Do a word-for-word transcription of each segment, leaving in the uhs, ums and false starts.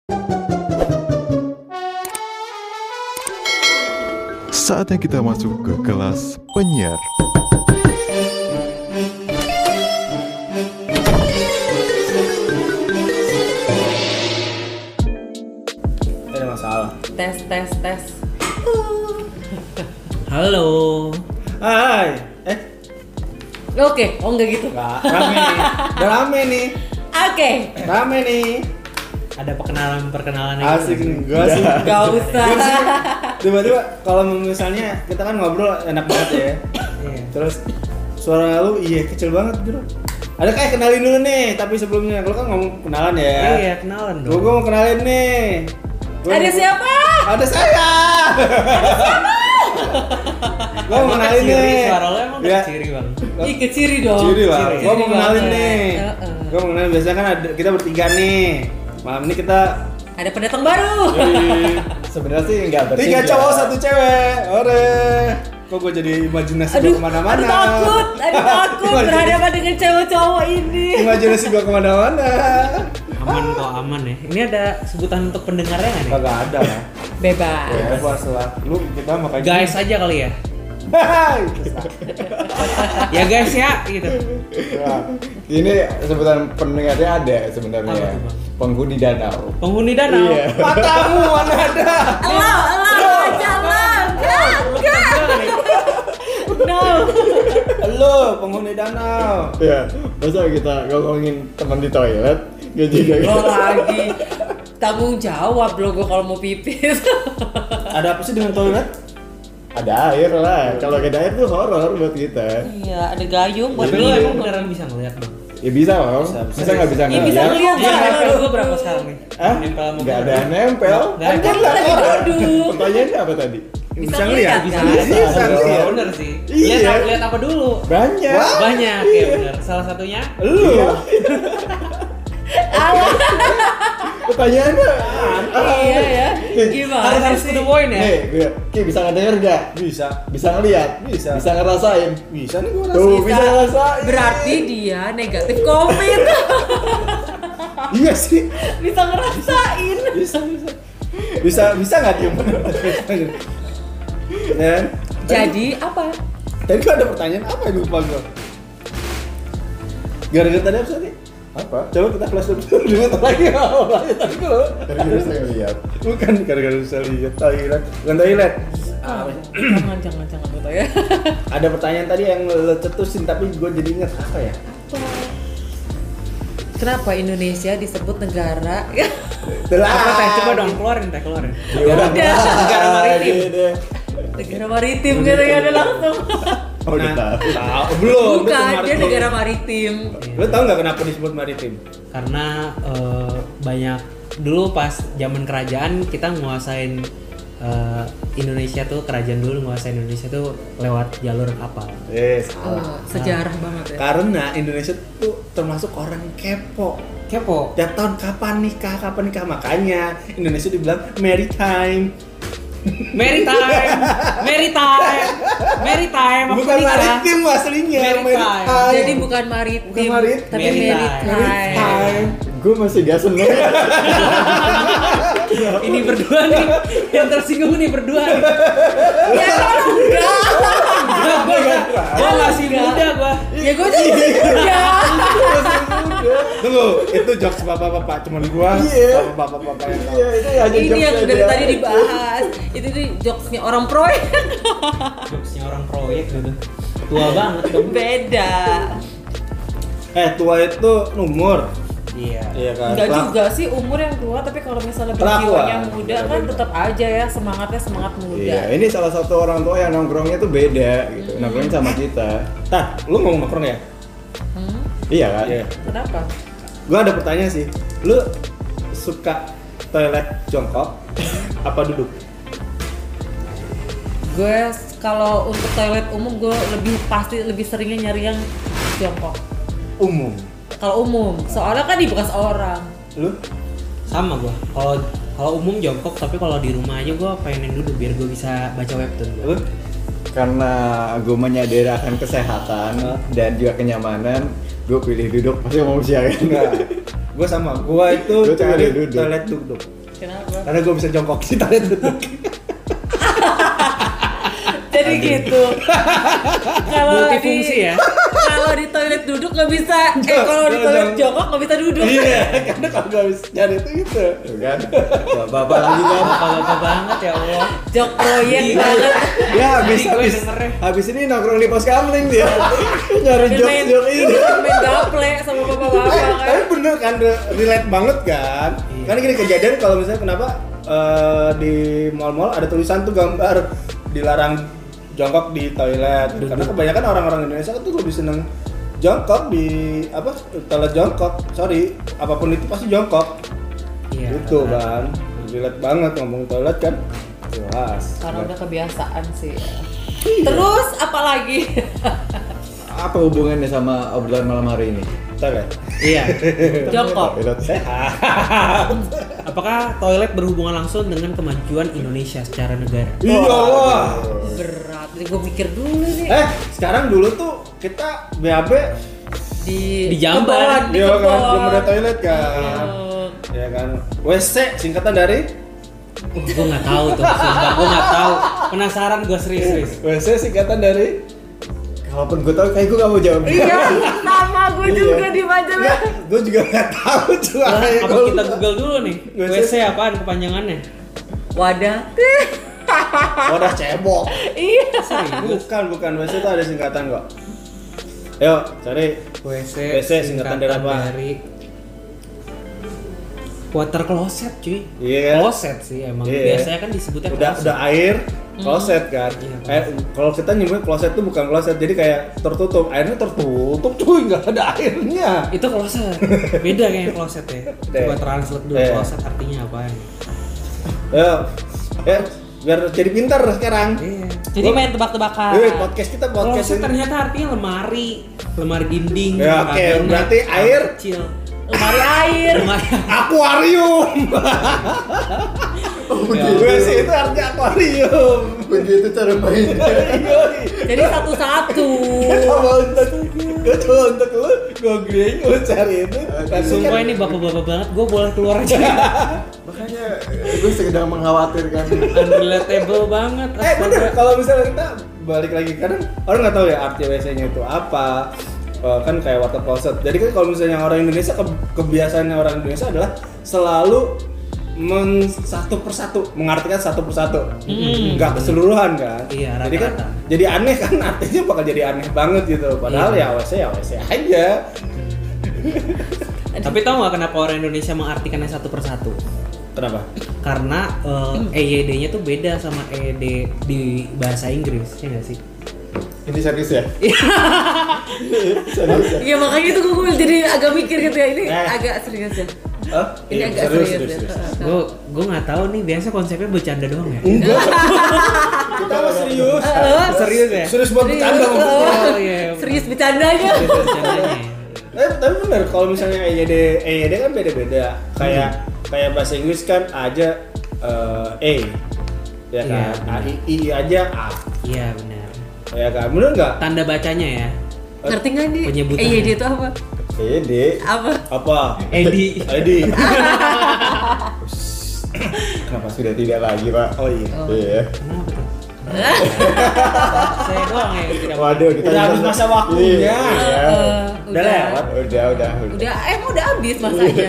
Saatnya kita masuk ke kelas penyiar. Ada masalah. Tes, tes, tes. Halo. Hai. Eh, Oke, oh enggak gitu. nggak rame nih. Udah rame nih. Oke, Rame nih. Ada perkenalan-perkenalan Asik nih. Gua sih. gak usah. Gua sih tiba-tiba kalau misalnya kita kan ngobrol enak banget ya. Iya. Terus suara lu iya kecil banget bro. Ada kayak kenalin dulu nih, tapi sebelumnya lu kan ngomong kenalan ya. Iya, kenalan Gua, dong. gua mau kenalin nih. Gua Ada mau- siapa? Ada saya. Gua mau Emang kenalin keciri, nih. Suara lo emang Ya. keciri bang. Ih, keciri dong. Ciri lah. Ciri. Gua mau kenalin banget. nih. Heeh. Gua mau kenalin biasanya kan ada, kita bertiga nih. Malam ini kita Ada pendatang baru. Sebenarnya sih nggak bertiga. tiga cowok satu cewek. Ore. Kok gue jadi imajinasi Aduh, gue kemana-mana. aduh takut, aduh takut Imajinasi- berhadapan dengan cewek-cowok ini. Imajinasi gue kemana-mana. Aman kok aman ya. Ini ada sebutan untuk pendengarnya nggak nih? Kagak ada lah. Bebas. Ya bos lah. Lu kita makanya. Guys aja kali ya. Hai. Ya guys ya gitu. Ya. Ini sebutan pendengarnya ada sebenarnya. Apa tuh, Bang? Penghuni danau. Penghuni danau. Iya. Matamu mana ada? Elah, elah, jangan. Enggak, no. Lu penghuni danau. Ya, masa kita ngomongin teman di toilet? Gak juga. Lo lagi tanggung jawab lo gue kalau mau pipis. Ada apa sih dengan toilet? Ada air lah. Kalau gak ada air tuh horor buat kita. Iya, ada gayung buat Tapi lo minum. emang beneran bisa ngeliat bang? Ya bisa loh. Bisa, bisa. Masa nggak bisa Iya, bisa ngeliat? ngeliat. Iya, Bang. nempel gue berapa sekarang nih? Hah? Nempel sama Nggak gua. ada nempel. Nggak ada. Kan lagi duduk. Pertanyaannya apa tadi? Bisa ngeliat, ngeliat, bisa kan? ngeliat. Bisa dong. ngeliat. Bener sih. Iya. Lihat lihat apa dulu? Banyak. Wah. Banyak ya Iya. bener. Salah satunya Lu. Pertanyaannya. Iya ya. harus Gimana harus to sih? the point ya. Nih, gue, Ki bisa ngedenger gak? Bisa. Bisa ngeliat? Bisa. Bisa ngerasain? Bisa nih gue Tuh, rasa. bisa ngerasain. Berarti dia negatif COVID. Iya sih. Bisa ngerasain. Bisa bisa. Bisa bisa nggak diem? Dan Jadi apa? tadi gua ada pertanyaan apa yang lupa gua? Gara-gara tadi apa sih? Apa? Coba kita flash dulu dulu lagi awalnya tadi gua. Tadi bisa ngeliat. Bukan gara-gara bisa lihat toilet, bukan toilet. Ah, Jangan jangan jangan gitu ya. ada pertanyaan tadi yang lo cetusin tapi gua jadi ingat apa ya? Kenapa Indonesia disebut negara? Telah. Apa teh? Coba dong keluarin teh keluarin. Ya udah. Negara maritim. Deh, deh. Negara maritim gitu ya ada langsung. Oh, udah Nah, tahu. tahu belum? Bukan, Itu dia maritim. negara maritim. Lo tau nggak kenapa disebut maritim? Karena eh, banyak dulu pas zaman kerajaan kita nguasain eh, Indonesia tuh kerajaan dulu nguasain Indonesia tuh lewat jalur kapal. Eh, Oh, salah. sejarah banget ya. Karena Indonesia tuh termasuk orang kepo. Kepo. Tiap tahun kapan nikah, kapan nikah, makanya Indonesia dibilang maritime. Maritime, maritime, maritime. Aku Bukan nikah. maritim aslinya, Maritime. Jadi bukan maritim, Bukan maritim, tapi maritime. maritime. Gue masih gak seneng. Ini berdua nih yang tersinggung nih berdua nih. Ya kalau enggak. Gua, gua, gua masih muda gua. Ya gue juga masih muda. Tunggu, itu jokes bapak-bapak, cuman gua Iya. sama bapak-bapak yang tahu. Iya, itu hanya Ini jokes yang aja. dari tadi dibahas. Itu tuh jokesnya orang proyek. Jokesnya orang proyek gitu. Tua banget dong. Beda. Eh, tua itu umur. Iya. Iya kan? Enggak Kelak- juga sih umur yang tua, tapi kalau misalnya Kelakuan. berjiwanya muda kan tetap aja ya semangatnya semangat muda. Iya, ini salah satu orang tua yang nongkrongnya tuh beda gitu. Nongkrongnya sama kita. Tah, lu ngomong nongkrong ya? Hmm? Iya kan? Iya. Kenapa? Gua ada pertanyaan sih. Lu suka toilet jongkok apa duduk? Gue kalau untuk toilet umum gue lebih pasti lebih seringnya nyari yang jongkok. Umum. Kalau umum, soalnya kan di bekas orang. Lu? Sama gua. Kalau kalau umum jongkok, tapi kalau di rumah aja gua pengen duduk biar gua bisa baca webtoon. Lu? Karena gue menyadari akan kesehatan Hah? dan juga kenyamanan, gue pilih duduk pasti mau siaran. Enggak. Gue sama, gue itu Gua tuh cari ada duduk. toilet duduk. Kenapa? Karena gue bisa jongkok di toilet duduk. Jadi gitu. Kalau di Multifungsi ya. Kalau di toilet duduk nggak bisa. Eh kalau di toilet jongkok nggak bisa duduk. Iya, karena kalau gue bisa cari itu gitu. Tuh kan. Bapak lagi kan. Bapak-bapak banget ya Allah. Jok proyek banget. Ya habis Gue habis dengernya. habis ini nongkrong di pos kamling dia. Nyari Main- jokes jokes ini. Main gaple sama bapak-bapak kan. Tapi bener kan, relate banget kan. Karena gini kejadian kalau misalnya kenapa eh, di mall-mall ada tulisan tuh gambar dilarang jongkok di toilet. Karena kebanyakan orang-orang Indonesia tuh lebih seneng jongkok di apa toilet jongkok. Sorry, apapun itu pasti jongkok. Iya. Gitu kan. Relate banget ngomong toilet kan. Jelas. Karena udah kebiasaan sih. Terus apa lagi? Apa hubungannya sama obrolan malam hari ini? Toilet. Iya. Jongkok. Toilet. Apakah toilet berhubungan langsung dengan kemajuan Indonesia secara negara? Iya wah. Berat. Jadi gue mikir dulu nih. Eh, sekarang dulu tuh kita B A B Di Di Jamban. kebon, di Iya kan, kebon. belum ada toilet kan. Oh. Ya kan. W C singkatan dari Gue nggak tahu tuh, sumpah gue nggak tahu. Penasaran gue serius. W C singkatan dari Kalaupun gue tahu kayak gue gak mau jawab. Iya, sama gue Iya. juga di majalah. gue juga nggak tahu cuma Lah, kayak apa gua- kita Google dulu nih? W C. W C apaan kepanjangannya? Wadah. Wadah cebok. Iya. Bukan, bukan. W C itu ada singkatan kok. Ayo, cari. W C, W C singkatan dari apa? Dari water closet cuy. Iya. Closet sih emang. Iya. Biasanya kan disebutnya Udah closet. udah air, kloset kan. Iya, Eh, kalau kita nyebut kloset itu bukan kloset, jadi kayak tertutup. Airnya tertutup, cuy, nggak ada airnya. Itu closet. Beda kayak closet ya. Coba Deh. translate dulu Deh. closet artinya apaan. Ayo, ya biar jadi pintar sekarang. Iya. Jadi main tebak-tebakan. Eh, podcast kita podcast Closet ini. ternyata artinya lemari, lemari dinding. Ya, oke. kabinet, Berarti kamar air. kecil. Lemari air. Lemari. Akuarium. Ya. W C itu artinya akuarium. Begitu cara mainnya. Jadi satu-satu. Coba untuk, gue coba untuk lu googling, lu cari itu. Nanti Sumpah kan- ini bapak-bapak banget, gue boleh keluar aja. Makanya gue sedang mengkhawatirkan. Unrelatable banget. Eh bener, astaga. kalau misalnya kita balik lagi kadang orang nggak tahu ya arti W C-nya itu apa. Eh, kan kayak water closet. Jadi kan kalau misalnya orang Indonesia ke- kebiasaannya orang Indonesia adalah selalu men satu persatu mengartikan satu persatu, Hmm. nggak keseluruhan kan. Iya, jadi kan rata-rata. jadi aneh kan artinya bakal jadi aneh banget gitu. Padahal Iya. ya W C ya W C aja. Tapi tau gak kenapa orang Indonesia mengartikannya satu persatu? Kenapa? Karena eh, E Y D-nya tuh beda sama E Y D di bahasa Inggris, ya nggak sih? Ini serius ya? Serius ya? Iya makanya itu gue jadi agak mikir gitu ya. Ini Eh. agak serius ya. Hah? Ini Iya, agak serius, serius, serius, ya. serius. Gue gue nggak tahu nih, biasa konsepnya bercanda doang ya. Kita mah serius. Serius ya? Serius buat bercanda maksudnya. Oh iya. Serius bercandanya. Serius bercandanya. Eh, tapi bener kalau misalnya E Y D E Y D kan beda-beda. Kayak kayak bahasa Inggris kan aja eh, A. Ya Iya, kan? A, benar. I, I aja A. Iya benar. Ya kan? Bener nggak? Tanda bacanya ya. Ngerti nggak nih? Penyebutan. E Y D itu apa? Pede. Apa? Apa? Edi. I D. Kenapa sudah tidak lagi pak? Oh iya. Iya. Kenapa tuh? Saya doang yang tidak. Waduh kita Udah habis masa waktunya. Iya. Eh, Udah lewat. Udah udah udah. Udah, emang udah habis masanya.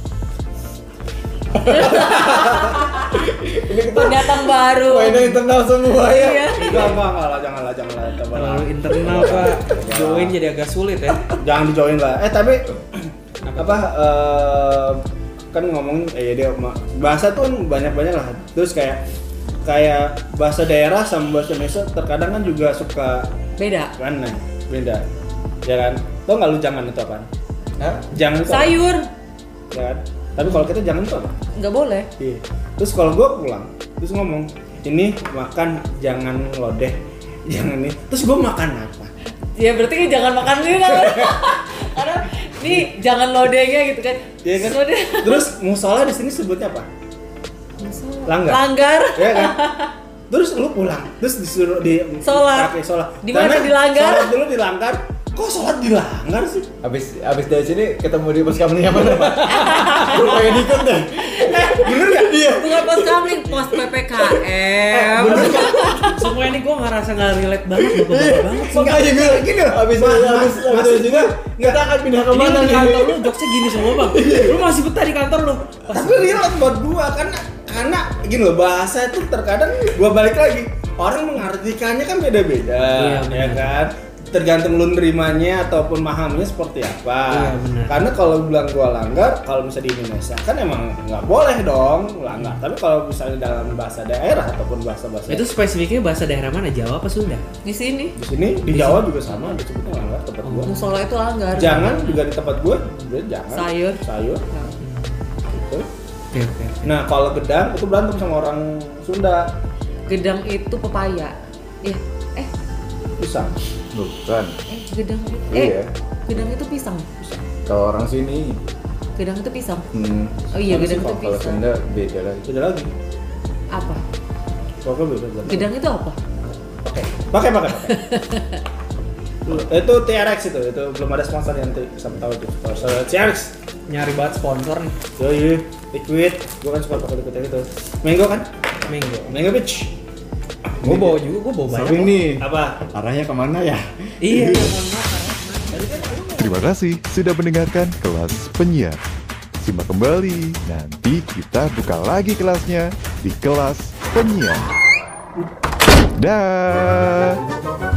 Pendatang baru. Mainnya internal semua ya. Iya. Enggak, enggak, enggak lah, jangan lah, jangan lah. Coba lah. Terlalu internal pak. Join jadi agak sulit ya. Jangan dijoin lah. Eh tapi apa eh, kan ngomong eh dia bahasa tuh banyak-banyak lah. Terus kayak kayak bahasa daerah sama bahasa Indonesia terkadang kan juga suka Beda. kan nah, beda. Ya kan? Tau nggak lu jangan itu apaan? Hah? Jangan itu apa? Sayur. Ya kan? Tapi kalau kita jangan itu apa? Nggak boleh. Iya. Terus kalau gua pulang, terus ngomong, ini makan jangan lodeh, jangan ini. Terus gua makan apa? Ya berarti kan jangan makan ini kan. Karena nih jangan lodenya gitu kan. Iya kan? Lodeh. Terus musola di sini sebutnya apa? Langgar. Langgar. Ya kan? Terus lu pulang, terus disuruh di Sholat. pakai sholat. Di mana Karena dilanggar? Sholat dulu dilanggar, kok sholat dilanggar sih? Abis abis dari sini ketemu di pos kamling apa Pak? Gue pengen ikut deh. Bener nggak? Iya. Bukan pos kamling, pos P P K M. Semua ini gue ngerasa nggak relate banget, bapak-bapak banget. Makanya gue gini loh. Abis Ma- abis ma- abis maksud dari sini gua, kita akan pindah Ini kemana lu di nih? kantor lu jokesnya gini semua bang. Lu masih betah di kantor lu. Tapi relate buat gua karena karena gini loh, bahasa itu terkadang gua balik lagi orang mengartikannya kan beda-beda, Iya, ya benar. kan? Tergantung lu nerimanya ataupun mahamnya seperti apa. Iya, benar. Karena kalau bilang gua langgar, kalau misalnya di Indonesia kan emang nggak boleh dong langgar. Tapi kalau misalnya dalam bahasa daerah ataupun bahasa-bahasa Itu spesifiknya bahasa daerah mana? Jawa apa Sunda? Di sini di sini di Jawa juga sama disebutnya langgar tempat gua. musola itu langgar. Jangan juga di tempat gua, dia jangan. Sayur. Sayur. Nah, Gitu. Oke oke. oke. Nah kalau gedang itu berantem sama orang Sunda, gedang itu pepaya. Iya. Eh, pisang. Bukan. eh gedang. Iya. Eh, gedang itu pisang. Kalau orang sini, Gedang itu pisang. hmm, Oh iya, Apa gedang sih, itu kalau pisang. Sunda beda lagi. Sudah lagi. Apa? Pokoknya beda. beda. Gedang itu apa? Pakai, pakai, pakai, pakai. Itu T R X itu, itu belum ada sponsor yang nanti sama tahu itu. Sponsor T R X. Nyari banget sponsor nih. Yoi, liquid. Gua kan suka pakai liquid yang itu. Mango kan? Mango. Mango Beach. Gue bawa juga, gue bawa banyak. Tapi nih, Apa? arahnya kemana ya? Iya. mohon maaf. Terima kasih sudah mendengarkan kelas penyiar. Simak kembali, nanti kita buka lagi kelasnya di kelas penyiar. Dah.